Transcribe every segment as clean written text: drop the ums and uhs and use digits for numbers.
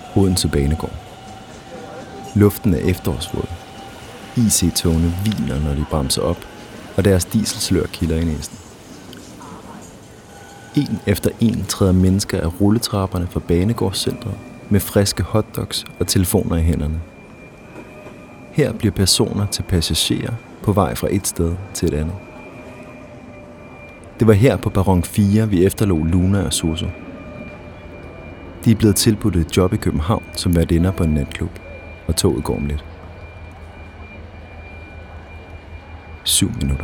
Odense Banegård. Luften er efterårsvåd. IC-togene hviner, når de bremser op, og deres dieselslør kilder i næsen. En efter en træder mennesker af rulletrapperne fra Banegårdscentret med friske hotdogs og telefoner i hænderne. Her bliver personer til passagerer på vej fra et sted til et andet. Det var her på perron 4, vi efterlod Luna og Suso. De er blevet tilbudt et job i København som værtinder på en natklub, og toget går om lidt. 7 minutter.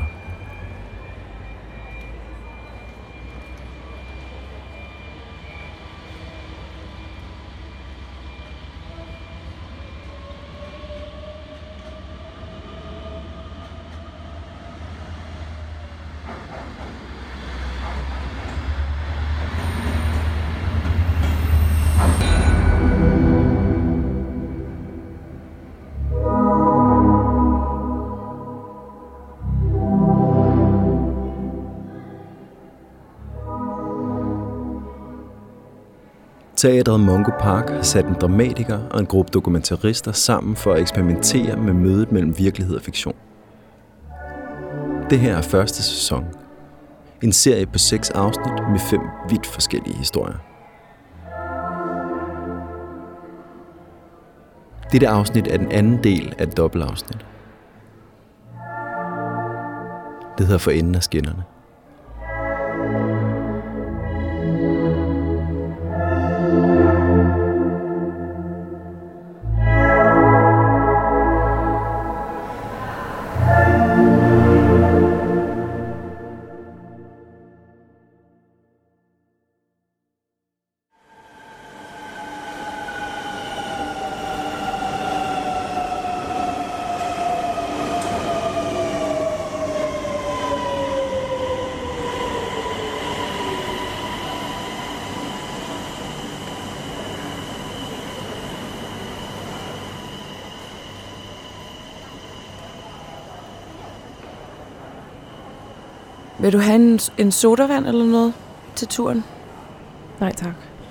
Teatret Mungo Park har sat en dramatiker og en gruppe dokumentarister sammen for at eksperimentere med mødet mellem virkelighed og fiktion. Det her er første sæson. En serie på 6 afsnit med 5 vidt forskellige historier. Dette afsnit er den anden del af et dobbeltafsnit. Det hedder For enden af skinnerne. Vil du have en sodavand eller noget til turen? Nej, tak.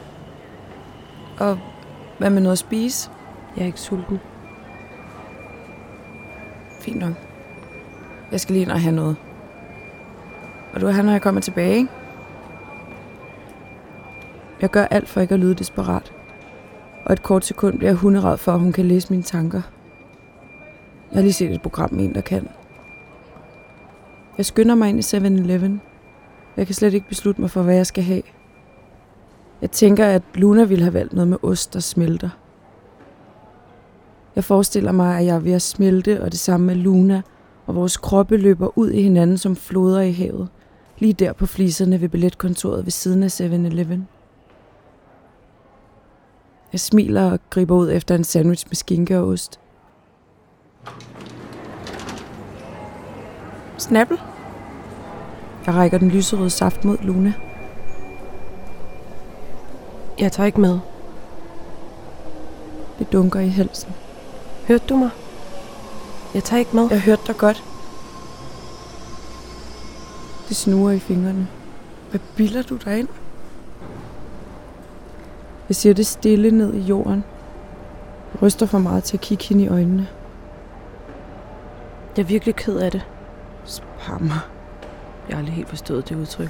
Og hvad med noget at spise? Jeg er ikke sulten. Fint nok. Jeg skal lige ind og have noget. Og du er her, når jeg kommer tilbage, ikke? Jeg gør alt for ikke at lyde desperat. Og et kort sekund bliver jeg hunderad for, at hun kan læse mine tanker. Jeg har lige set et program med en, der kan. Jeg skynder mig ind i 7-Eleven. Jeg kan slet ikke beslutte mig for, hvad jeg skal have. Jeg tænker, at Luna ville have valgt noget med ost, der smelter. Jeg forestiller mig, at jeg er ved at smelte, og det samme med Luna, og vores kroppe løber ud i hinanden som floder i havet, lige der på fliserne ved billetkontoret ved siden af 7-Eleven. Jeg smiler og griber ud efter en sandwich med skinke og ost. Snappel? Jeg rækker den lyserøde saft mod Luna. Jeg tager ikke med. Det dunker i halsen. Hørte du mig? Jeg tager ikke med. Jeg hørte dig godt. Det snurrer i fingrene. Hvad bilder du dig ind? Jeg siger det stille ned i jorden. Jeg ryster for meget til at kigge hende i øjnene. Jeg er virkelig ked af det. Spar mig. Jeg har aldrig helt forstået det udtryk.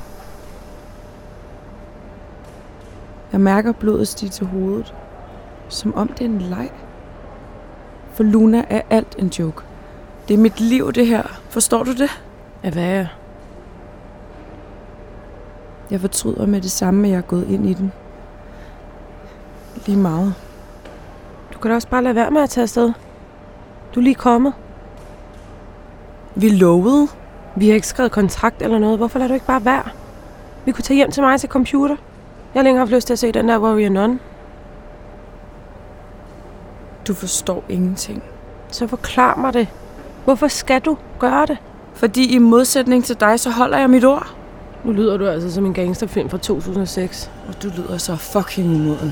Jeg mærker blodet stige til hovedet. Som om det er en leg. For Luna er alt en joke. Det er mit liv, det her. Forstår du det? At hvad er jeg? Jeg fortryder med det samme, at jeg er gået ind i den. Lige meget. Du kan da også bare lade være med at tage afsted. Du er lige kommet. Vi lovede. Vi har ikke skrevet kontrakt eller noget. Hvorfor lader du ikke bare være? Vi kunne tage hjem til mig til computer. Jeg har længere haft lyst til at se den der Warrior Nun. Du forstår ingenting. Så forklar mig det. Hvorfor skal du gøre det? Fordi i modsætning til dig, så holder jeg mit ord. Nu lyder du altså som en gangsterfilm fra 2006. Og du lyder så fucking umoden.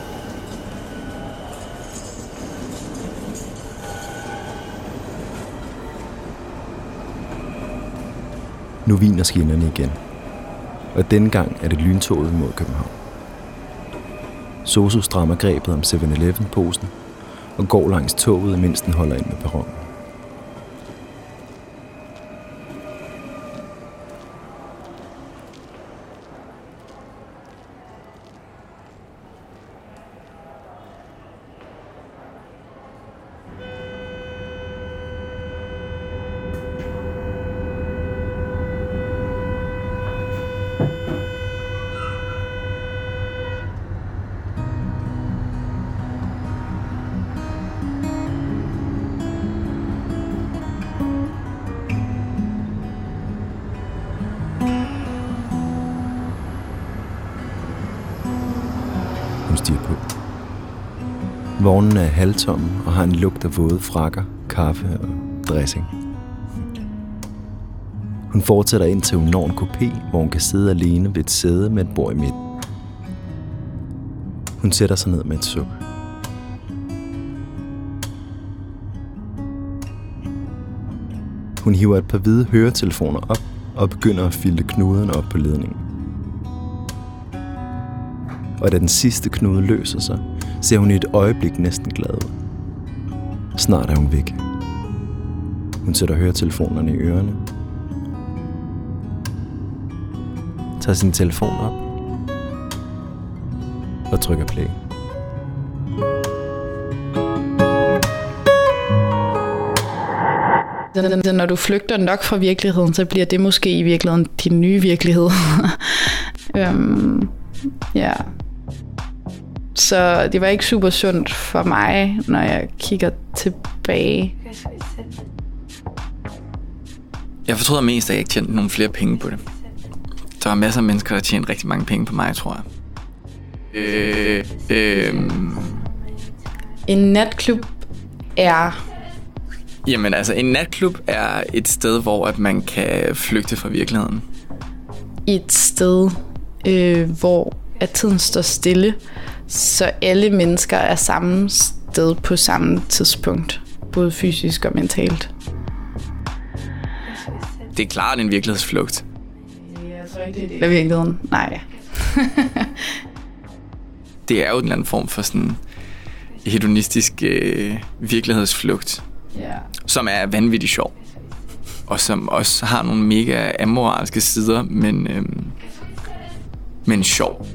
Nu hviner skinnerne igen. Og denne gang er det lyntoget mod København. Sosu strammer grebet om 7-Eleven-posen og går langs toget, mens den holder ind med perronen. Hun stiger på. Vognen er halvtomme og har en lugt af våde frakker, kaffe og dressing. Hun fortsætter ind til hun når en kupé, hvor hun kan sidde alene ved et sæde med et bord i midten. Hun sætter sig ned med et suk. Hun hiver et par hvide høretelefoner op og begynder at filtre knuderne op på ledningen. Og da den sidste knude løser sig, ser hun i et øjeblik næsten glad ud. Snart er hun væk. Hun sætter høretelefonerne i ørerne, tager sin telefon op og trykker play. Når du flygter nok fra virkeligheden, så bliver det måske i virkeligheden din nye virkelighed. Ja. Så det var ikke super sundt for mig, når jeg kigger tilbage. Jeg fortryder mest, at jeg ikke tjente nogle flere penge på det. Der var masser af mennesker, der tjente rigtig mange penge på mig, tror jeg. En natklub er... Jamen altså, en natklub er et sted, hvor at man kan flygte fra virkeligheden. Et sted, hvor at tiden står stille, så alle mennesker er samme sted på samme tidspunkt, både fysisk og mentalt. Det er klart en virkelighedsflugt. Jeg tror ikke, det er det. Eller virkeligheden? Nej. Det er jo en eller anden form for sådan hedonistisk virkelighedsflugt, som er vanvittigt sjov. Og som også har nogle mega amoralske sider, men sjov.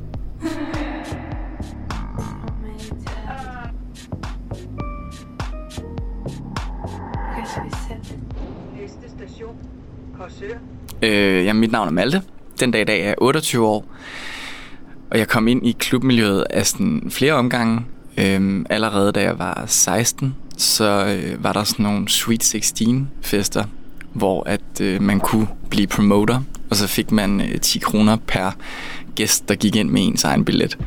Mit navn er Malte. Den dag i dag er jeg 28 år. Og jeg kom ind i klubmiljøet af sådan flere omgange. Allerede da jeg var 16, så var der sådan nogle Sweet 16 fester, hvor at man kunne blive promoter, og så fik man 10 kroner per gæst, der gik ind med ens egen billet.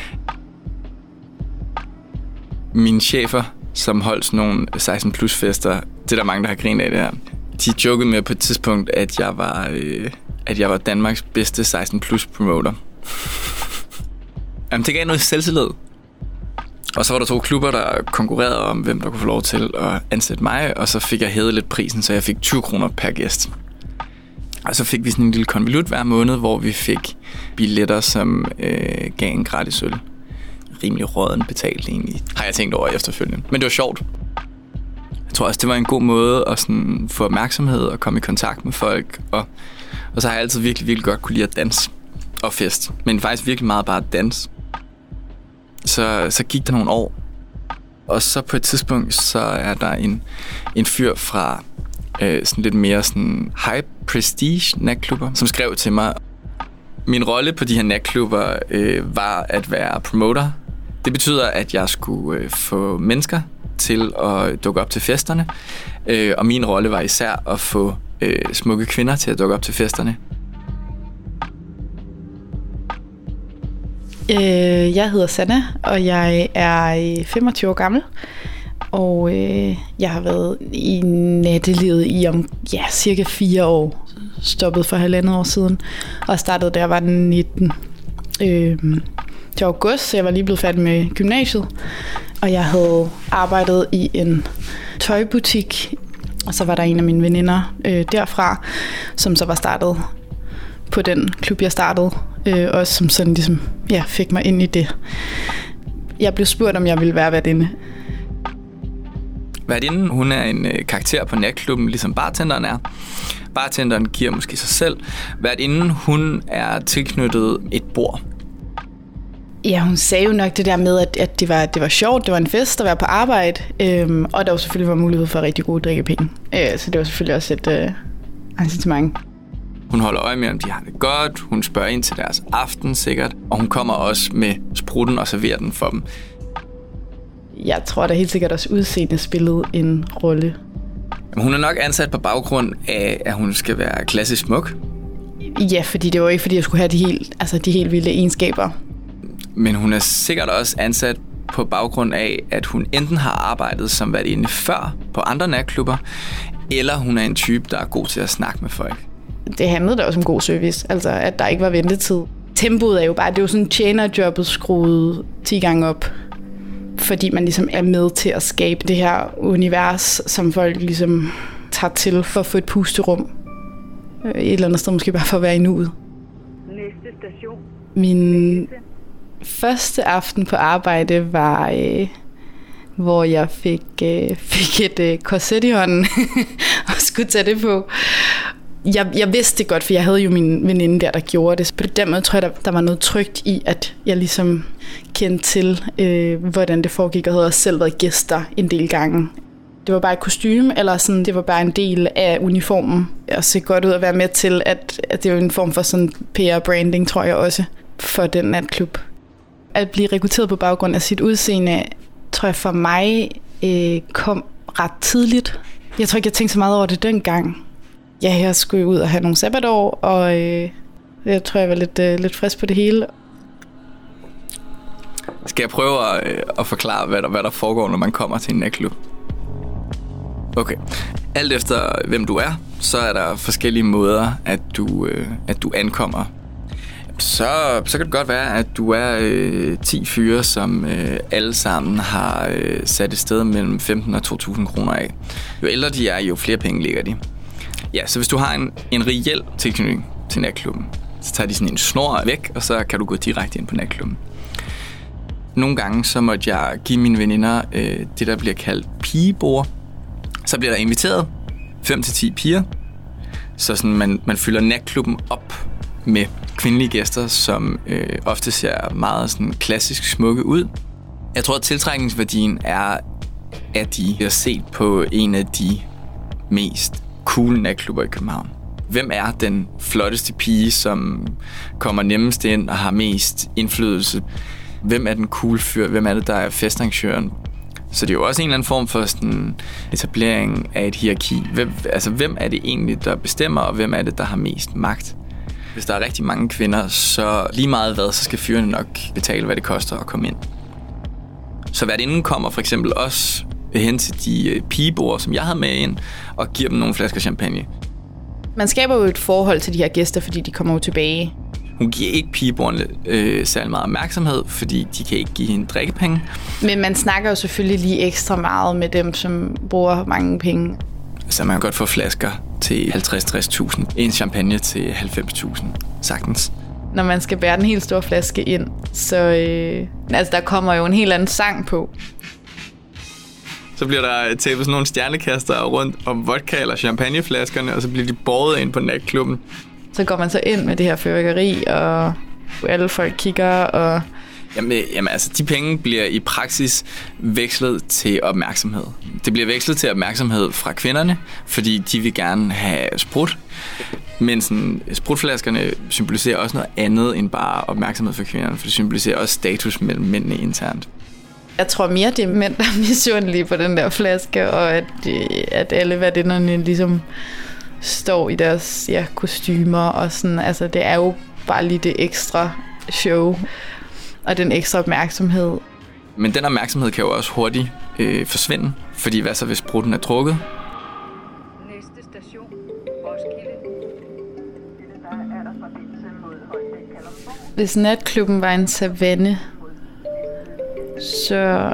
Mine chefer, som holdt sådan nogle 16 plus fester, det er der mange, der har grinet af det her. De jokede med på et tidspunkt, at jeg var Danmarks bedste 16 plus promoter. Jamen, det gav noget selvtillid. Og så var der 2 klubber, der konkurrerede om, hvem der kunne få lov til at ansætte mig, og så fik jeg hævet lidt prisen, så jeg fik 20 kroner per gæst. Og så fik vi sådan en lille konvolut hver måned, hvor vi fik billetter, som gav en gratis øl. Rimelig råden betalt egentlig, har jeg tænkt over efterfølgende. Men det var sjovt. Jeg tror også, det var en god måde at sådan få opmærksomhed og komme i kontakt med folk. Og så har jeg altid virkelig, virkelig godt kunne lide at danse og fest. Men faktisk virkelig meget bare at danse. Så gik der nogle år. Og så på et tidspunkt, så er der en fyr fra sådan lidt mere sådan high prestige natklubber, som skrev til mig. Min rolle på de her natklubber var at være promoter. Det betyder, at jeg skulle få mennesker til at dukke op til festerne. Og min rolle var især at få smukke kvinder til at dukke op til festerne. Jeg hedder Sanna, og jeg er 25 år gammel. Og jeg har været i nattelivet i cirka 4 år. Stoppet for 1,5 år siden. Og startede da jeg var 19. Til august, så jeg var lige blevet færdig med gymnasiet. Og jeg havde arbejdet i en tøjbutik. Og så var der en af mine veninder derfra, som så var startet på den klub, jeg startede. Også som sådan ligesom, fik mig ind i det. Jeg blev spurgt, om jeg ville være værtinde. Værtinden, hun er en karakter på natklubben, ligesom bartenderen er. Bartenderen giver måske sig selv. Værtinden, hun er tilknyttet et bord. Ja, hun sagde jo nok det der med, at det var sjovt, det var en fest at være på arbejde, og der var selvfølgelig var mulighed for rigtig gode drikkepenge. Så det var selvfølgelig også et arrangement. Hun holder øje med, om de har det godt, hun spørger ind til deres aften sikkert, og hun kommer også med sprutten og serverer den for dem. Jeg tror da helt sikkert også udseende spillede en rolle. Jamen, hun er nok ansat på baggrund af, at hun skal være klassisk smuk. Ja, fordi det var ikke, fordi jeg skulle have de helt vilde egenskaber. Men hun er sikkert også ansat på baggrund af, at hun enten har arbejdet som værtinde før på andre natklubber, eller hun er en type, der er god til at snakke med folk. Det handlede da også om god service, altså at der ikke var ventetid. Tempoet er jo bare, det er jo sådan tjenerjobbet skruet 10 gange op, fordi man ligesom er med til at skabe det her univers, som folk ligesom tager til for at få et pusterum. Et eller andet sted måske bare for at være i nuet. Næste station. Min første aften på arbejde var, hvor jeg fik et korset i hånden og skulle tage det på. Jeg vidste det godt, for jeg havde jo min veninde der gjorde det. På den måde tror jeg, der var noget trygt i, at jeg ligesom kendte til, hvordan det foregik, og havde også selv været gæster en del gange. Det var bare et kostume, eller sådan, det var bare en del af uniformen. Og se godt ud at være med til, at det var en form for sådan PR-branding, tror jeg også, for den natklub. At blive rekrutteret på baggrund af sit udseende, tror jeg for mig kom ret tidligt. Jeg tror ikke, jeg tænkte så meget over det dengang. Ja, jeg skulle ud og have nogle sabbatår, og jeg tror, jeg var lidt frisk på det hele. Skal jeg prøve at forklare, hvad der foregår, når man kommer til en natklub? Okay. Alt efter, hvem du er, så er der forskellige måder, at du ankommer. Så kan det godt være, at du er 10 fyre, som alle sammen har sat et sted mellem 15 og 2.000 kroner af. Jo ældre de er, jo flere penge ligger de. Ja, så hvis du har en reel tilknytning til natklubben, så tager de sådan en snor væk, og så kan du gå direkte ind på natklubben. Nogle gange så måtte jeg give mine veninder det, der bliver kaldt pigebord. Så bliver der inviteret 5-10 piger, så sådan man fylder natklubben op med kvindelige gæster, som ofte ser meget sådan klassisk smukke ud. Jeg tror, at tiltrækningsværdien er, at de har set på en af de mest cool natklubber i København. Hvem er den flotteste pige, som kommer nemmest ind og har mest indflydelse? Hvem er den cool fyr? Hvem er det, der er festarrangøren? Så det er jo også en eller anden form for sådan etablering af et hierarki. Hvem er det egentlig, der bestemmer, og hvem er det, der har mest magt? Hvis der er rigtig mange kvinder, så lige meget hvad, så skal fyrene nok betale, hvad det koster at komme ind. Så værtinden kommer for eksempel også hen til de pigebord, som jeg havde med ind, og giver dem nogle flasker champagne. Man skaber jo et forhold til de her gæster, fordi de kommer jo tilbage. Hun giver ikke pigebordene særlig meget opmærksomhed, fordi de kan ikke give hende drikkepenge. Men man snakker jo selvfølgelig lige ekstra meget med dem, som bruger mange penge. Så man kan godt få flasker til 50-60.000. En champagne til 90.000, sagtens. Når man skal bære den helt store flaske ind, så der kommer jo en helt anden sang på. Så bliver der tæppet sådan nogle stjernekaster rundt om vodka eller champagneflaskerne, og så bliver de båret ind på natklubben. Så går man så ind med det her fyrværkeri, og alle folk kigger, og... Jamen altså, de penge bliver i praksis vekslet til opmærksomhed. Det bliver vekslet til opmærksomhed fra kvinderne, fordi de vil gerne have sprut. Men sådan, sprutflaskerne symboliserer også noget andet end bare opmærksomhed for kvinderne, for det symboliserer også status mellem mændene internt. Jeg tror mere, det er mænd, der er misundelige på den der flaske, og at alle værdinderne ligesom står i deres kostymer og sådan. Altså, det er jo bare lige det ekstra show og den ekstra opmærksomhed. Men den opmærksomhed kan jo også hurtigt forsvinde, fordi hvad så, hvis sprutten er drukket? Næste station, Roskilde. Der er der forbindelse mod Holbæk Kalundborg. Hvis natklubben var en savanne, så...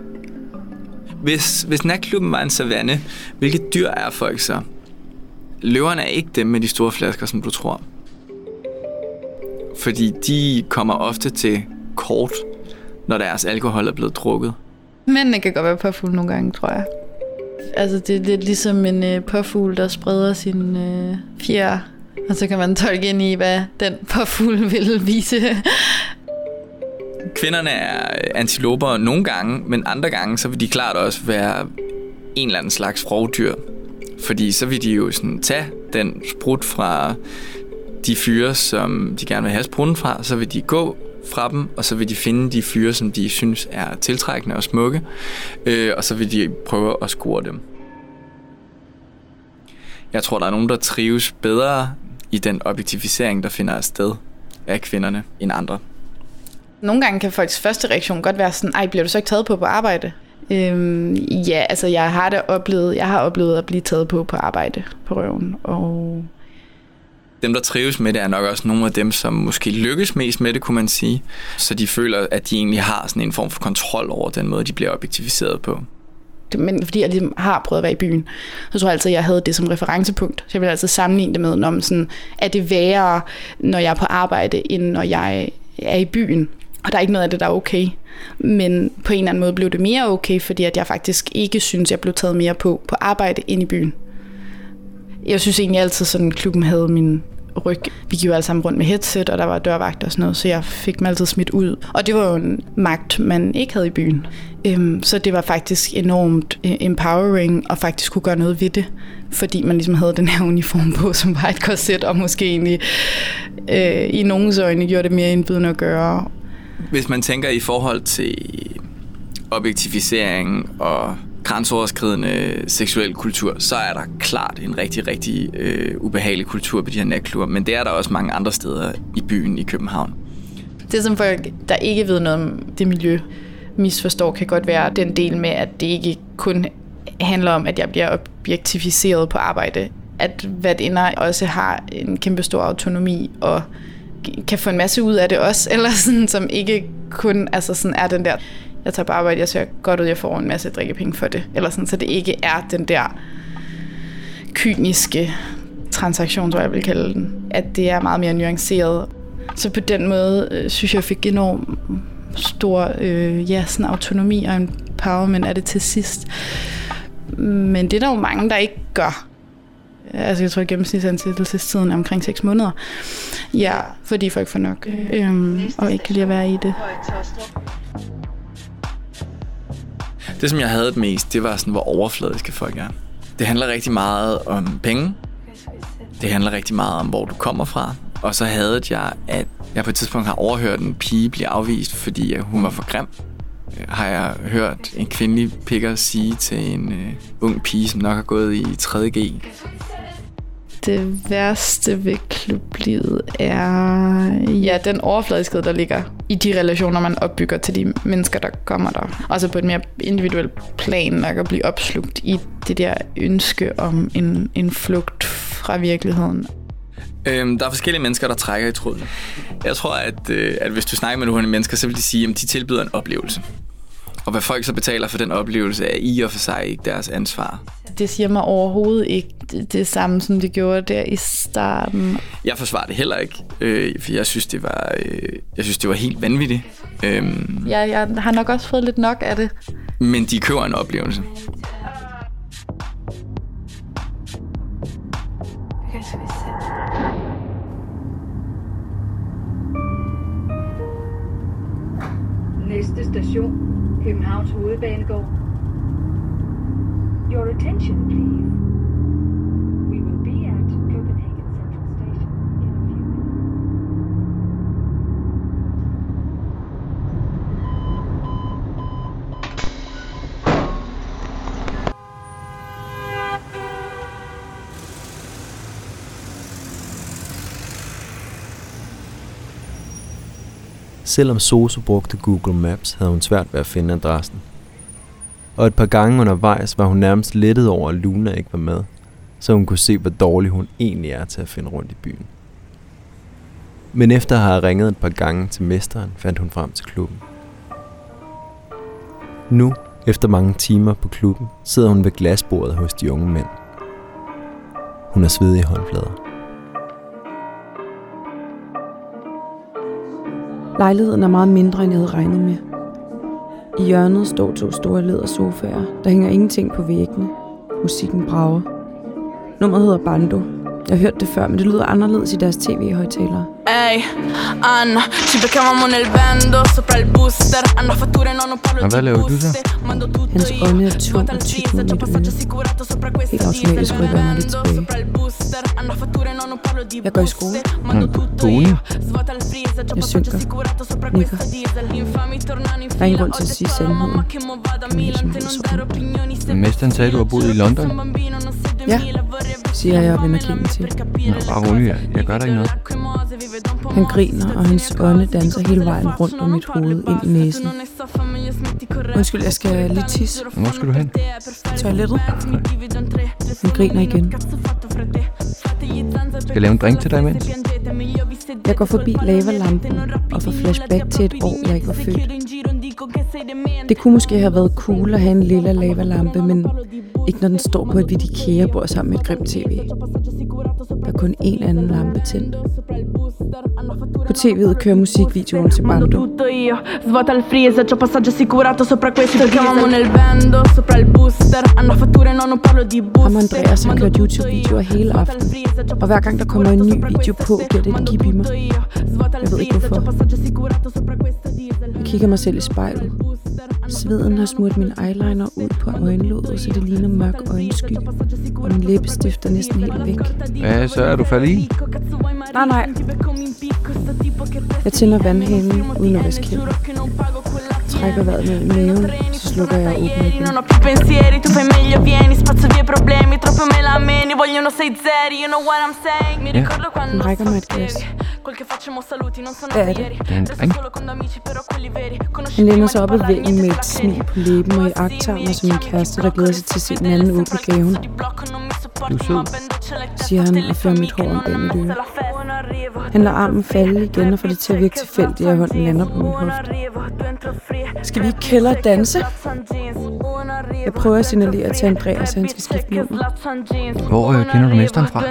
Hvis natklubben var en savanne, hvilke dyr er folk så? Løverne er ikke dem med de store flasker, som du tror. Fordi de kommer ofte til kort. når deres alkohol er blevet drukket. Mændene kan godt være påfugl nogle gange, tror jeg. Altså, det er lidt ligesom en påfugl, der spreder sin fjer, og så kan man tolke ind i, hvad den påfugl vil vise. Kvinderne er antiloper nogle gange, men andre gange, så vil de klart også være en eller anden slags rovdyr. Fordi så vil de jo sådan tage den sprut fra de fyre, som de gerne vil have sprutten fra, så vil de gå fra dem, og så vil de finde de fyre, som de synes er tiltrækkende og smukke, og så vil de prøve at score dem. Jeg tror, der er nogen, der trives bedre i den objektificering, der finder sted af kvinderne end andre. Nogle gange kan folks første reaktion godt være sådan, ej, bliver du så ikke taget på arbejde? Ja, altså jeg har oplevet at blive taget på arbejde på røven. Og dem, der trives med det, er nok også nogle af dem, som måske lykkes mest med det, kunne man sige. Så de føler, at de egentlig har sådan en form for kontrol over den måde, de bliver objektificeret på. Men fordi jeg ligesom har prøvet at være i byen, så tror jeg altid, at jeg havde det som referencepunkt. Så jeg vil altid sammenligne det med, når sådan, er det værre, når jeg er på arbejde, end når jeg er i byen. Og der er ikke noget af det, der er okay. Men på en eller anden måde blev det mere okay, fordi at jeg faktisk ikke synes, jeg blev taget mere på arbejde end i byen. Jeg synes egentlig altid, sådan klubben havde min ryg. Vi gik jo alle sammen rundt med headset, og der var dørvagt og sådan noget, så jeg fik mig altid smidt ud. Og det var jo en magt, man ikke havde i byen. Så det var faktisk enormt empowering at faktisk kunne gøre noget ved det, fordi man ligesom havde den her uniform på, som var et korset, og måske egentlig i nogens øjne gjorde det mere indbydende at gøre. Hvis man tænker i forhold til objektificering og grænseoverskridende seksuel kultur, så er der klart en rigtig, rigtig ubehagelig kultur på de her natklubber, men det er der også mange andre steder i byen i København. Det som folk, der ikke ved noget om det miljø, misforstår, kan godt være den del med, at det ikke kun handler om, at jeg bliver objektificeret på arbejde, at værtinder også har en kæmpe stor autonomi og kan få en masse ud af det også, eller sådan, som ikke kun altså sådan er den der, jeg tager på arbejde, jeg ser godt ud, jeg får en masse drikkepenge for det, eller sådan, så det ikke er den der kyniske transaktion, tror jeg vil kalde den, at det er meget mere nuanceret. Så på den måde synes jeg fik enormt stor sådan autonomi og empowerment af det til sidst. Men det er der jo mange, der ikke gør. Altså jeg tror, at gennemsnitsansættelsestiden er omkring 6 måneder. Ja, fordi folk får nok og ikke kan lide at være i det. Det, som jeg havde det mest, det var sådan, hvor overfladiske folk er. Det handler rigtig meget om penge. Det handler rigtig meget om, hvor du kommer fra. Og så havde jeg, at jeg på et tidspunkt har overhørt en pige blive afvist, fordi hun var for grim. Har jeg hørt en kvindelig picker sige til en ung pige, som nok har gået i 3.G. Det værste ved klublivet er den overfladiskhed, der ligger i de relationer, man opbygger til de mennesker, der kommer der. Også på et mere individuelt plan, der kan blive opslugt i det der ønske om en flugt fra virkeligheden. Der er forskellige mennesker, der trækker i tråden. Jeg tror, at hvis du snakker med nogle mennesker, så vil de sige, at de tilbyder en oplevelse. Og hvad folk så betaler for den oplevelse, er i og for sig ikke deres ansvar. Det siger mig overhovedet ikke det samme, som det gjorde der i starten. Jeg forsvarer det heller ikke, for jeg synes, det var helt vanvittigt. Jeg har nok også fået lidt nok af det. Men de køber en oplevelse. Næste station, Københavns Hovedbanegård. Your attention, please. We will be at Copenhagen Central Station in a few minutes. Selvom Soso brugte Google Maps, havde hun svært ved at finde adressen. Og et par gange undervejs var hun nærmest lettet over, at Luna ikke var med, så hun kunne se, hvor dårlig hun egentlig er til at finde rundt i byen. Men efter at have ringet et par gange til mesteren, fandt hun frem til klubben. Nu, efter mange timer på klubben, sidder hun ved glasbordet hos de unge mænd. Hun er svedig i håndflader. Lejligheden er meget mindre, end jeg havde regnet med. I hjørnet står 2 store lædersofaer. Der hænger ingenting på væggene. Musikken brager. Nummeret hedder Bando. Jeg har hørt det før, men det lyder anderledes i deres tv-højtalere. Ehi, Anna, ci beccavamo nel bando sopra il booster. Hanno fatture non un palo di buste. Mando tutto Hans io. ånde er tung Svuota og il tyk freezer, mod c'ho mit passaggio øre. assicurato sopra questa Helt automatisk rykker jeg mig lidt tilbage. sopra il booster. Hanno fatture non un palo di Jeg går i skole. Mando tutto io. Svuota il freezer, c'ho Jeg passaggio synker. assicurato sopra Nikker. questa diesel. Infami tornano in Der er ingen fila. grund til at sige sandheden. Mamma che mo vado a Milan, te non dare opinioni. Se Mesteren sagde, du har boet i London. bambino non sei Ja, 2000, vorrei siger jeg og vender kinden til. Nå, bare rolig, jeg gør der ikke noget. Han griner, og hans ånde danser hele vejen rundt om mit hoved ind i næsen. Undskyld, jeg skal lige tisse. Hvor skal du hen? Toilettet. Han griner igen. Skal jeg lave en drink til dig imens? Jeg går forbi lavalampen og får flashback til et år, jeg ikke var født. Det kunne måske have været cool at have en lille lavalampe, men ikke når den står på et hvidt IKEA-bord sammen med et grimt tv. Der er kun én anden lampe tændt. På tv'et kører musikvideoen til Bando. tutto io. Svuota il freezer, c'ho passaggio assicurato sopra questo. Ci beccavamo nel bando sopra il booster. Hanno fatture non un palo di buste. Ham og Andreas har kørt YouTube-videoer hele aftenen. Og hver gang der kommer en ny video på, bliver det et gib i mig. Jeg ved ikke hvorfor. Jeg kigger mig selv i spejlet. Sveden har smurt min eyeliner ud på øjenlåget, så det ligner mørk øjenskygge. Og min læbestift er næsten helt væk. Ja, så er du faldet i. Nej. Jeg tænder vandhanen uden at vaske hænder. Trækker vejret ned i maven, så slukker jeg og åbner igen. Non ho più pensieri, tu fai meglio vieni, spazzo via problemi, troppe me la meni, vogliono 6 zeri, you know what I'm saying. Mi ricordo quando Hun rækker mig et glas. quel che facciamo saluti non sono Hvad er det? ieri. Det er en drink. Solo con amici, però quelli veri. Han læner sig op ad væggen med et smil på læben og i agtager mig som en kæreste, der glæder sig til at se den anden åbne gaven. Du er sød. Siger han og fører mit hår om bag mit øre. Han lader armen falde igen og får det til at virke tilfældigt, at hånden lander på min hofte. Skal vi i kælder danse? Jeg prøver at signalere til Andreas, at han skal skifte nummer. Hvor kender du mesteren fra?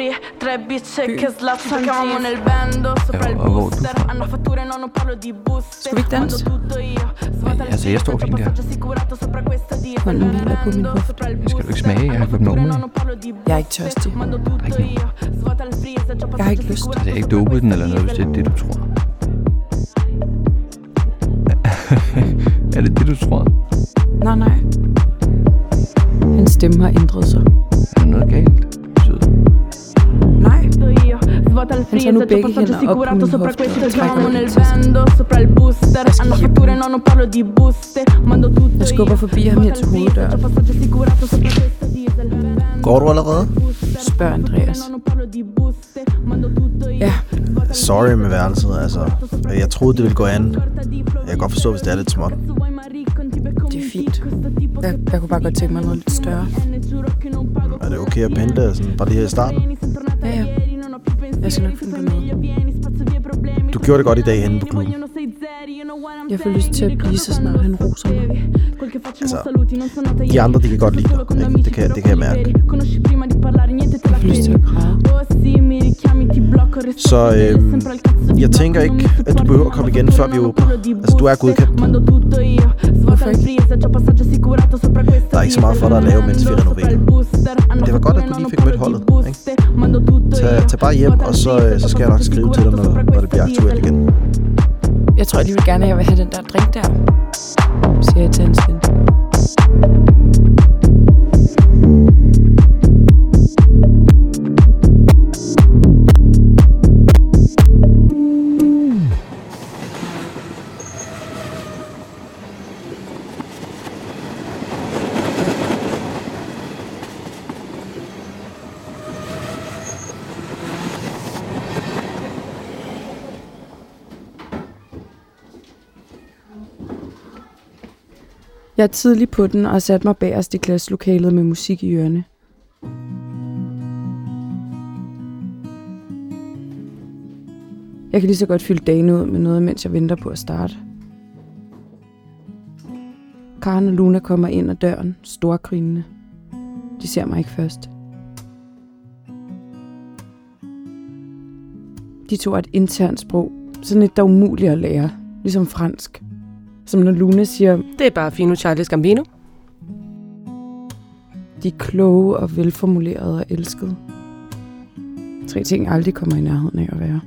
Og hvor er du fra? Skal vi ikke danse? Altså, jeg står fint der. Hånden hviler på min hofte. Skal du ikke smage? Jeg har fået den med. Jeg er ikke tørstig. Jeg har ikke lyst. Altså, jeg har ikke dopet den eller noget, hvis det er det, du tror. Er det det, du tror? Nej. Hans stemme har ændret sig. Er der noget galt? Sød. Nej. Han tager nu begge hænder op på min hofte og trækker mig ind til sig. Jeg skubber forbi ham hen til hoveddøren. Går du allerede? Spørger Andreas. Ja, Sorry med værelset, altså. Jeg troede, det ville gå an. Jeg kan godt forstå, hvis det er lidt småt. det er fint. Jeg kunne bare godt tænke mig noget lidt større. Er det okay at pendle sådan, bare lige her i starten? Ja. Jeg skal nok finde på noget. Du gjorde det godt i dag henne på klubben. Jeg får lyst til at blive, så snart han roser mig. Altså, de andre, de kan godt lide dig. Ikke? Det kan jeg mærke. Jeg får lyst til at græde. Så jeg tænker ikke, at du behøver at komme igen, før vi åbner. Altså, du er godkendt. Hvorfor ikke? Der er ikke så meget for dig at lave, mens vi renoverer. Men det var godt, at du lige fik mødt holdet. Ikke? Tag bare hjem, og så skal jeg nok skrive til dig, når det bliver aktuelt igen. Jeg tror alligevel gerne, at jeg vil have den der drink der, siger jeg til hans ven. Jeg er tidlig på den og har sat mig bagerst i klasselokalet med musik i ørerne. Jeg kan lige så godt fylde dagen ud med noget, mens jeg venter på at starte. Karen og Luna kommer ind ad døren, storgrinende. De ser mig ikke først. De to er et internt sprog, sådan et, der er umuligt at lære, ligesom fransk. Som når Luna siger, Det er bare Fino Charles Gambino. de er kloge og velformulerede og elskede. 3 ting, jeg aldrig kommer i nærheden af at være.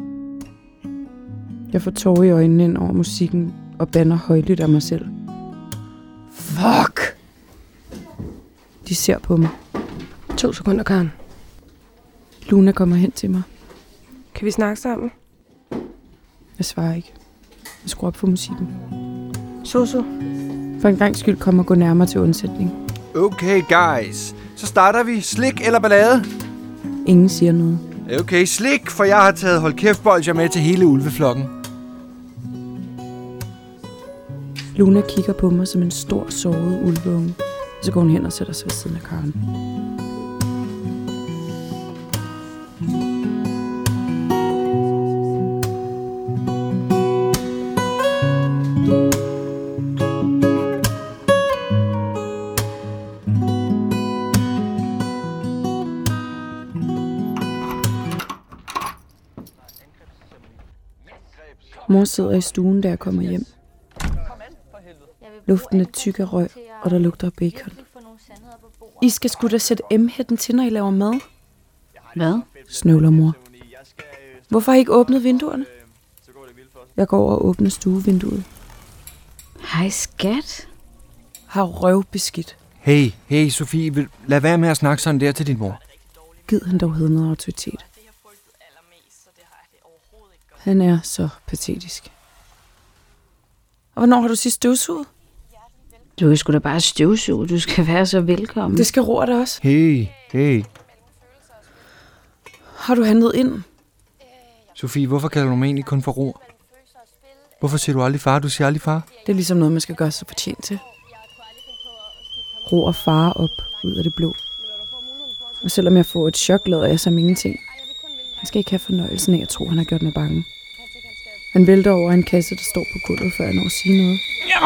Jeg får tårer i øjnene ind over musikken og bander højlydt af mig selv. Fuck! De ser på mig. 2 sekunder, Karen. Luna kommer hen til mig. Kan vi snakke sammen? Jeg svarer ikke. Jeg skruer op for musikken. Soso. For en gang skyld kommer gå nærmere til undsætning. Okay, guys. Så starter vi. Slik eller ballade? Ingen siger noget. Okay, slik, for jeg har taget hold kæft bolcher med til hele ulveflokken. Luna kigger på mig som en stor, såret ulveunge. Så går hun hen og sætter sig ved siden af Karen. Mor sidder i stuen, da jeg kommer hjem. Luften er tyk af røg, og der lugter af bacon. I skal sgu da sætte M-hætten til, når I laver mad. Hvad? Snøvler mor. Hvorfor har I ikke åbnet vinduerne? Jeg går over og åbner stuevinduet. Hej skat. Har røvbeskidt. Hey, Sofie, lad være med at snakke sådan der til din mor. Gid han dog havde noget autoritet. Han er så patetisk. Og hvornår har du sidst støvsuget? Du er sgu da bare støvsuge. Du skal være så velkommen. Det skal Roar da også. Hey. Har du handlet ind? Sofie, hvorfor kalder du mig egentlig kun for Roar? Hvorfor siger du aldrig far? Du siger aldrig far. Det er ligesom noget, man skal gøre sig fortjent til. Roar farer op ud af det blå. Og selvom jeg får et chok, lader jeg som ingenting. Han skal ikke have fornøjelsen af at tro, han har gjort mig bange. Han vælter over en kasse, der står på gulvet, før jeg når at sige noget.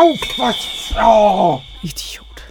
Idiot.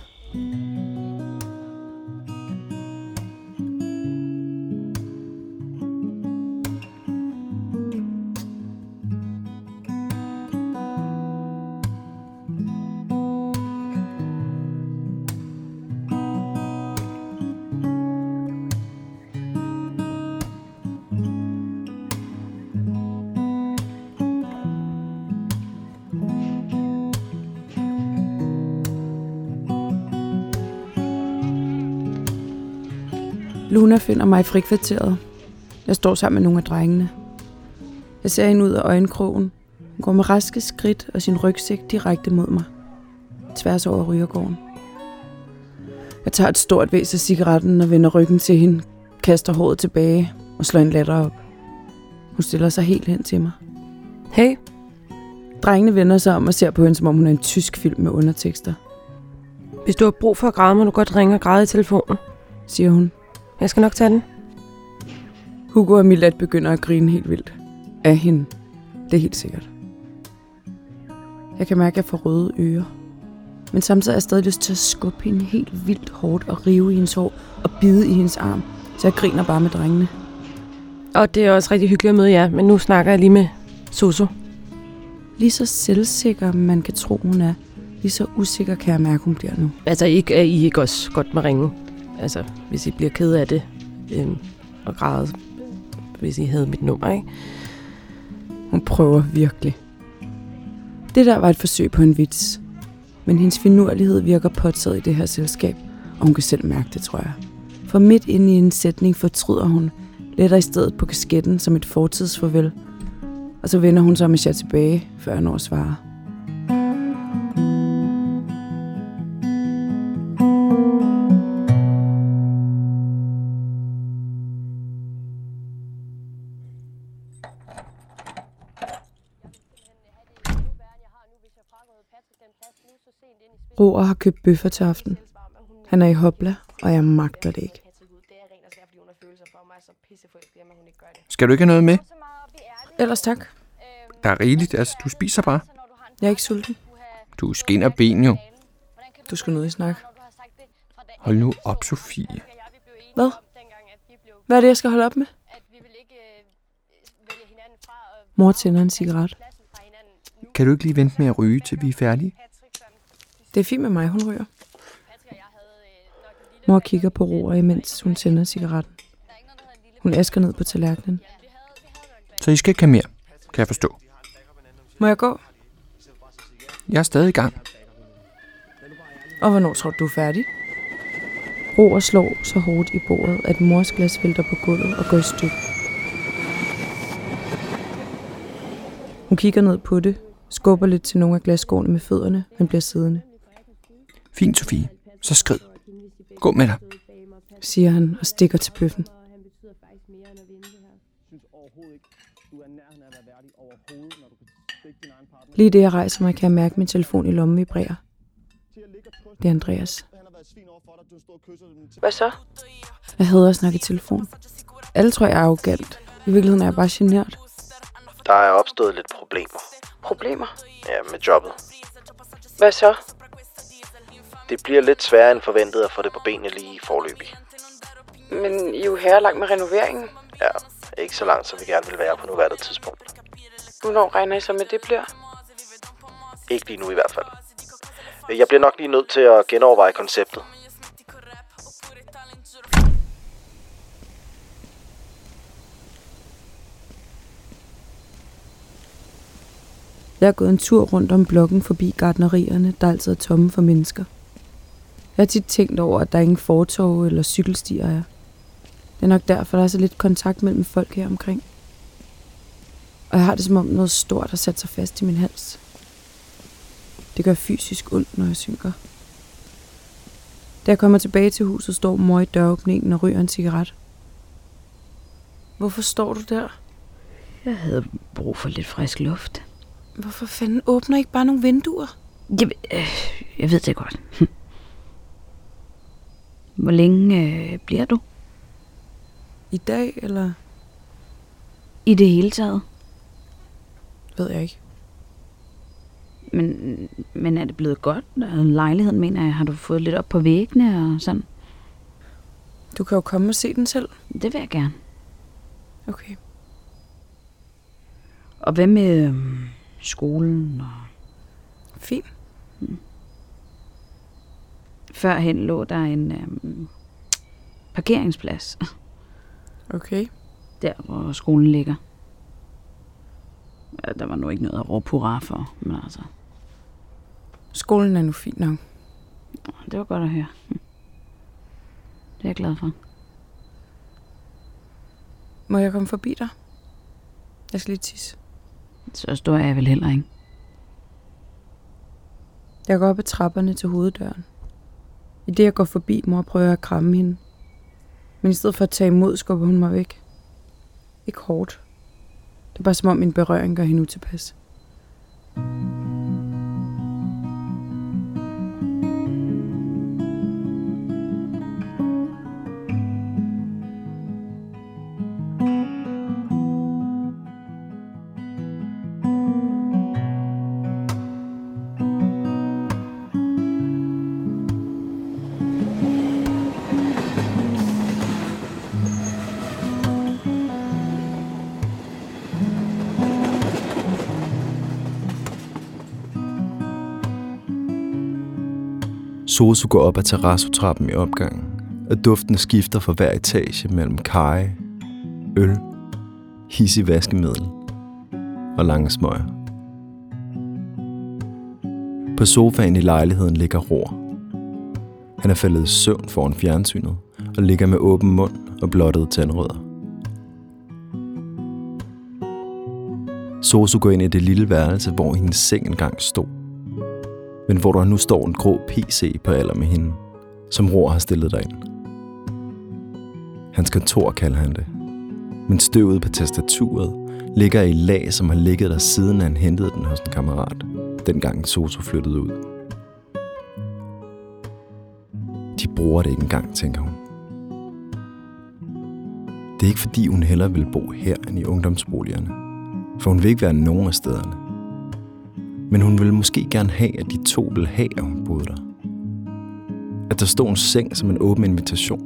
Luna finder mig i frikvarteret. Jeg står sammen med nogle af drengene. Jeg ser hende ud af øjenkrogen. Hun går med raske skridt og sin rygsæk direkte mod mig. Tværs over rygergården. Jeg tager et stort væs af cigaretten og vender ryggen til hende, kaster håret tilbage og slår en latter op. Hun stiller sig helt hen til mig. Hey. Drengene vender sig om og ser på hende, som om hun er en tysk film med undertekster. Hvis du har brug for at græde, må du godt ringe og græde i telefonen, siger hun. Jeg skal nok tage den. Hugo og Milad begynder at grine helt vildt. Af hende. Det er helt sikkert. Jeg kan mærke, at jeg får røde ører. Men samtidig har jeg stadig lyst til at skubbe hende helt vildt hårdt og rive i hendes hår og bide i hendes arm. Så jeg griner bare med drengene. Og det er også rigtig hyggeligt at møde jer, men nu snakker jeg lige med Soso. Lige så selvsikker, man kan tro, hun er. Lige så usikker kan jeg mærke, hun bliver nu. Altså, er I ikke også godt med ringe? Altså, hvis I bliver ked af det og græder, hvis I havde mit nummer, ikke? Hun prøver virkelig. Det der var et forsøg på en vits. Men hendes finurlighed virker påtaget i det her selskab, og hun kan selv mærke det, tror jeg. For midt inde i en sætning fortryder hun, letter i stedet på kasketten som et fortidsfarvel. Og så vender hun sig med sig tilbage, før jeg når at svare. Roar har købt bøffer til aften. Han er i hopla, og jeg magter det ikke. Skal du ikke have noget med? Ellers tak. Der er rigeligt, altså du spiser bare. Jeg er ikke sulten. Du skinner ben jo. Du skal noget i snak. Hold nu op, Sofie. Hvad? Hvad er det, jeg skal holde op med? Mor tænder en cigaret. Kan du ikke lige vente med at ryge, til vi er færdige? Det er fint med mig, hun ryger. Mor kigger på Roar, imens hun tænder cigaretten. Hun æsker ned på tallerkenen. Så I skal ikke have mere, kan jeg forstå. Må jeg gå? Jeg er stadig i gang. Og hvornår tror du er færdig? Roar slår så hårdt i bordet, at mors glas vælter på gulvet og går i stykker. Hun kigger ned på det, skubber lidt til nogle af glasskårene med fødderne, men bliver siddende. Fint, Sofie. Så skrid. Gå med dig, siger han og stikker til bøffen. Lige det jeg rejser mig, kan jeg mærke min telefon i lommen vibrerer. Det er Andreas. Hvad så? Jeg hader at snakke i telefon. Alle tror jeg er arrogant. I virkeligheden er jeg bare genert. Der er opstået lidt problemer. Problemer? Ja, med jobbet. Hvad så? Det bliver lidt sværere end forventet at få det på benene lige forløbig. Men I er jo her langt med renoveringen. Ja, ikke så langt, som vi gerne vil være på nuværende tidspunkt. Hvornår regner I så med det bliver? Ikke lige nu i hvert fald. Jeg bliver nok lige nødt til at genoverveje konceptet. Jeg har gået en tur rundt om blokken forbi gartnerierne, der altid er tomme for mennesker. Jeg har tit tænkt over, at der ingen fortove eller cykelstier er. Det er nok derfor, der er så lidt kontakt mellem folk her omkring. Og jeg har det som om noget stort har sat sig fast i min hals. Det gør fysisk ondt, når jeg synker. Da jeg kommer tilbage til huset, står mor i døråbningen og ryger en cigaret. Hvorfor står du der? Jeg havde brug for lidt frisk luft. Hvorfor fanden åbner I ikke bare nogle vinduer? Jeg ved det godt. Hvor længe bliver du? I dag, eller? I det hele taget? Ved jeg ikke. Men er det blevet godt? Lejligheden, mener jeg, har du fået lidt op på væggene og sådan? Du kan jo komme og se den selv. Det vil jeg gerne. Okay. Og hvad med skolen? Og... Fint. Førhen lå der en parkeringsplads. Okay. Der, hvor skolen ligger. Ja, der var nu ikke noget at råbe hurra for, men altså... Skolen er nu fint nok. Det var godt at høre. Det er jeg glad for. Må jeg komme forbi dig? Jeg skal lige tisse. Så stor er jeg vel heller ikke. Jeg går op ad trapperne til hoveddøren. I det jeg går forbi, mor prøver jeg at kramme hende. Men i stedet for at tage imod, skubber hun mig væk. Ikke hårdt. Det er bare som om min berøring gør hende utilpas. Sosu går op ad terrassotrappen i opgangen, og duften skifter fra hver etage mellem kaj, øl, hissig vaskemiddel og lange smøger. På sofaen i lejligheden ligger Roar. Han er faldet i søvn foran fjernsynet og ligger med åben mund og blottede tandrødder. Sosu går ind i det lille værelse, hvor hendes seng engang stod. Men hvor der nu står en grå PC på alder med hende, som Roar har stillet derind. Hans kontor kalder han det. Men støvet på tastaturet ligger i lag, som har ligget der siden han hentede den hos en kammerat, dengang Sosu flyttede ud. De bruger det ikke engang, tænker hun. Det er ikke fordi hun hellere vil bo her end i ungdomsboligerne, for hun vil ikke være nogen af stederne. Men hun ville måske gerne have, at de to ville have, at hun boede der. At der stod en seng som en åben invitation.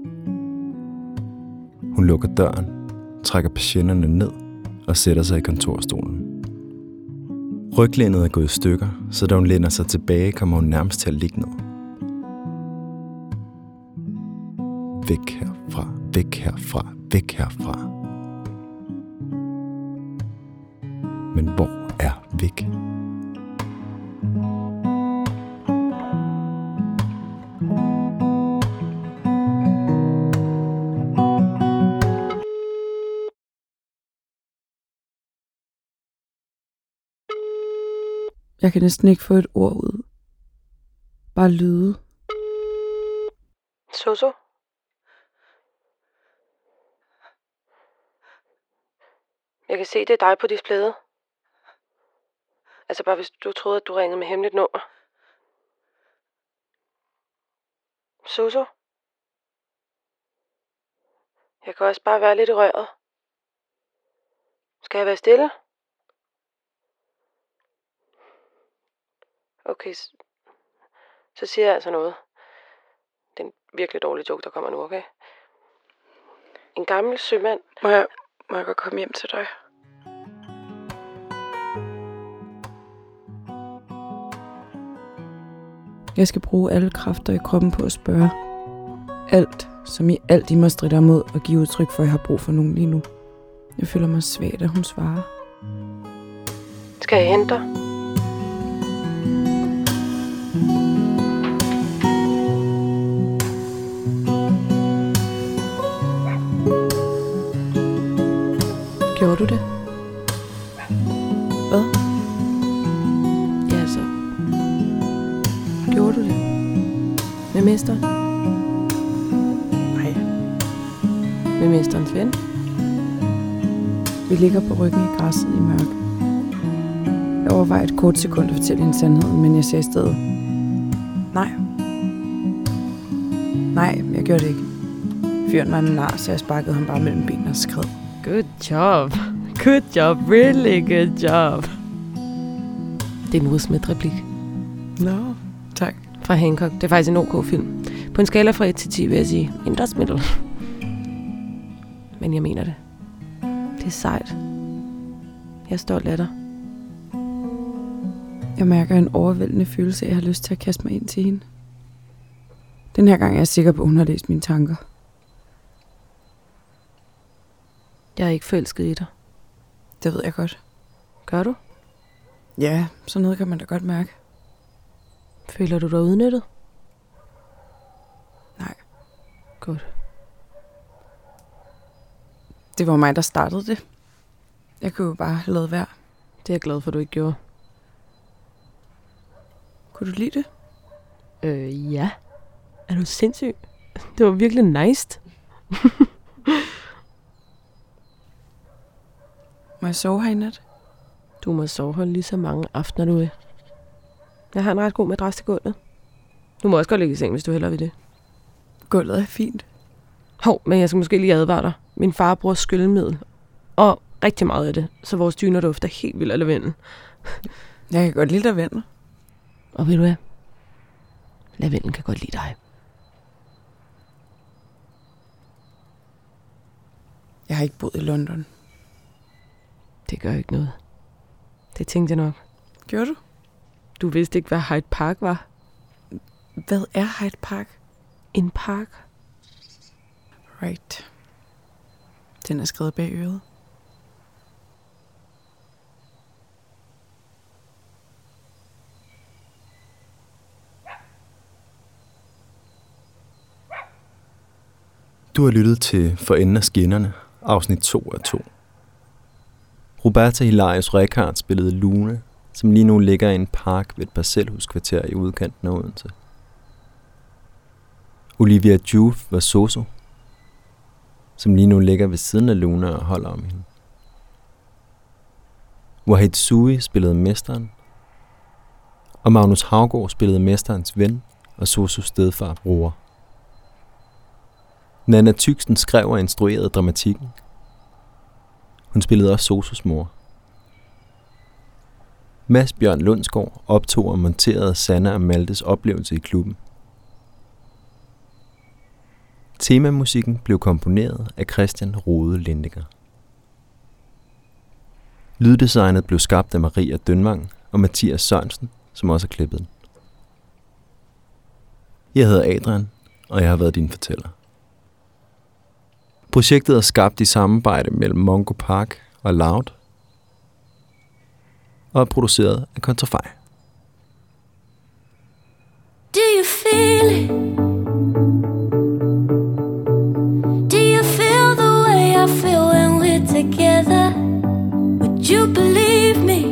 Hun lukker døren, trækker patienterne ned og sætter sig i kontorstolen. Ryglænet er gået i stykker, så da hun læner sig tilbage, kommer hun nærmest til at ligge ned. Væk herfra, væk herfra, væk herfra. Men hvor er væk? Jeg kan næsten ikke få et ord ud. Bare lyde. Soso? Jeg kan se, det er dig på displayet. Altså bare hvis du troede, at du ringede med hemmeligt nummer. Soso? Jeg kan også bare være lidt i røret. Skal jeg være stille? Okay, så siger jeg altså noget. Det er en virkelig dårlig joke, der kommer nu, okay? En gammel sømand. Må jeg godt komme hjem til dig? Jeg skal bruge alle kræfter i kroppen på at spørge. Alt, som i alt I må stride mod og give udtryk for, at jeg har brug for nogen lige nu. Jeg føler mig svag, da hun svarer. Skal jeg hente dig? Gjorde du det? Hvad? Ja, så. Gjorde du det? Med mesteren? Nej. Med mesterens ven? Vi ligger på ryggen i græsset i mørke. Jeg overvejer et kort sekund at fortælle hende sandheden, men jeg siger i stedet: nej. Nej, jeg gjorde det ikke. Fyren var en nar, så jeg sparkede ham bare mellem benene og skred. Good job. Good job. Really good job. Det er en Will Smith-replik. Nå, tak. Fra Hancock. Det er faktisk en OK-film. På en skala fra 1 til 10 vil jeg sige inders middel. Men jeg mener det. Det er sejt. Jeg er stolt af dig. Jeg mærker en overvældende følelse af, at jeg har lyst til at kaste mig ind til hende. Den her gang er jeg sikker på, at hun har læst mine tanker. Jeg er ikke forelsket i dig. Det ved jeg godt. Gør du? Ja, sådan noget kan man da godt mærke. Føler du dig udnyttet? Nej. Godt. Det var mig, der startede det. Jeg kunne jo bare have lavet være. Det er jeg glad for, du ikke gjorde. Kunne du lide det? Ja. Er du sindssyg? Det var virkelig nice. Må jeg sove her i nat? Du må sove her lige så mange aftener, du vil. Jeg har en ret god madras til gulvet. Du må også godt ligge i seng, hvis du hellere vil det. Gulvet er fint. Hov, men jeg skal måske lige advare dig. Min far bruger skyllemiddel. Og rigtig meget af det, så vores dyner dufter helt vildt af lavendel. Jeg kan godt lide lavendel. Og ved du hvad? Lavendel kan godt lide dig. Jeg har ikke boet i London. Det gør ikke noget. Det tænkte jeg nok. Gjorde du? Du vidste ikke, hvad Hyde Park var. Hvad er Hyde Park? En park. Right. Den er skrevet bag øret. Du har lyttet til For enden af skinnerne, afsnit 2 af 2. Roberta Hilarius Rekard spillede Lune, som lige nu ligger i en park ved et parcelhuskvarter i udkanten af Odense. Olivia Joof var Soso, som lige nu ligger ved siden af Lune og holder om hende. Wahid Sui spillede mesteren, og Magnus Haugaard spillede mesterens ven og Sosos stedfar bror. Nanna Tyksten skrev og instruerede dramatikken. Hun spillede også Sosos mor. Mads Bjørn Lundsgaard optog og monterede Sanna og Maltes oplevelse i klubben. Temamusikken blev komponeret af Christian Rode Lindinger. Lyddesignet blev skabt af Maria Dønvang og Mathias Sørensen, som også har klippet den. Jeg hedder Adrian, og jeg har været din fortæller. Projektet er skabt i samarbejde mellem Mongo Park og Loud, og er produceret af Kontrafej. Do you feel it? Do you feel the way I feel when we're together? Would you believe me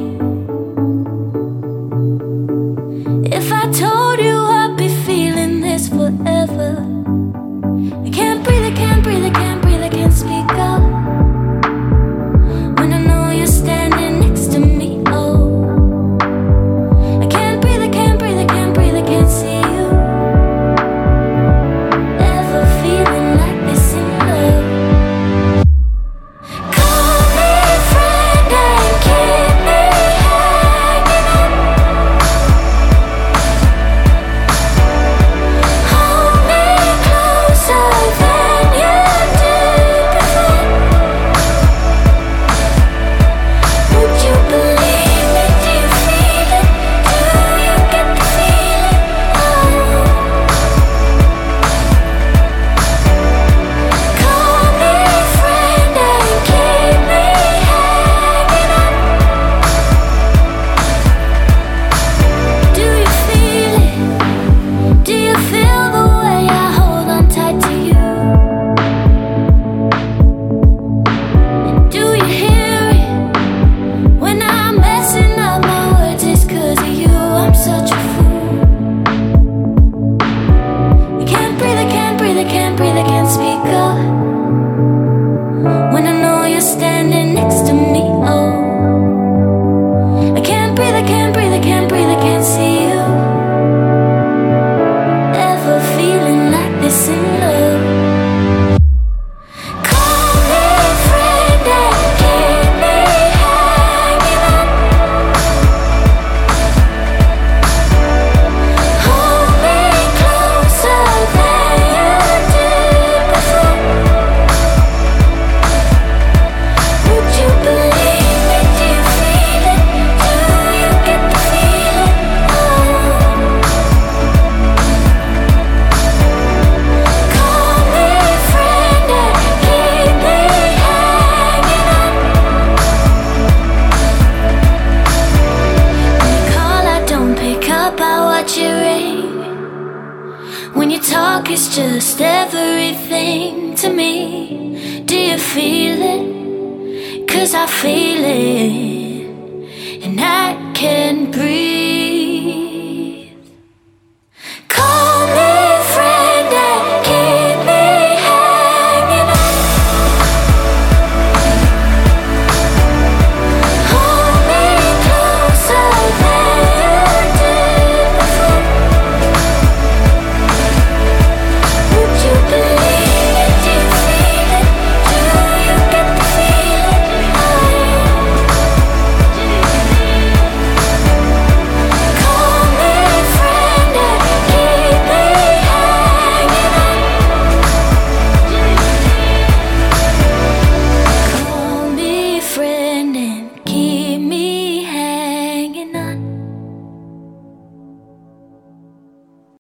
if I told you I'd be feeling this forever? I can't breathe, I can't breathe, I can't breathe, I can't speak up when I know you're standing next to me. Oh, I can't breathe, I can't breathe, I can't breathe, I can't see you ever feeling like this in love. Call me friend and keep me hanging on. Hold me closer than you did before. Would you believe me? Do you feel it? Do you get the feeling? Oh, call me friend and keep me hanging on. Do you feel it? Do you feel the way I hold on tight to you? And do you hear it? When I'm messing up my words, it's 'cause of you. I'm such a fool. I can't breathe, I can't breathe, I can't breathe, I can't speak up when I know you're standing next to me. Oh, I can't breathe, I can't breathe, I can't breathe, I can't see you ever feeling like this in love. Call me friend and keep me hanging on. Hold me closer than you did before. Would you believe me? Do you feel it? Do you get the feeling? Oh, call me friend and keep me hanging on. When you call, I don't pick up, I watch you ring. When you talk, it's just everything to me. Do you feel it? 'Cause I feel it, and I can't breathe.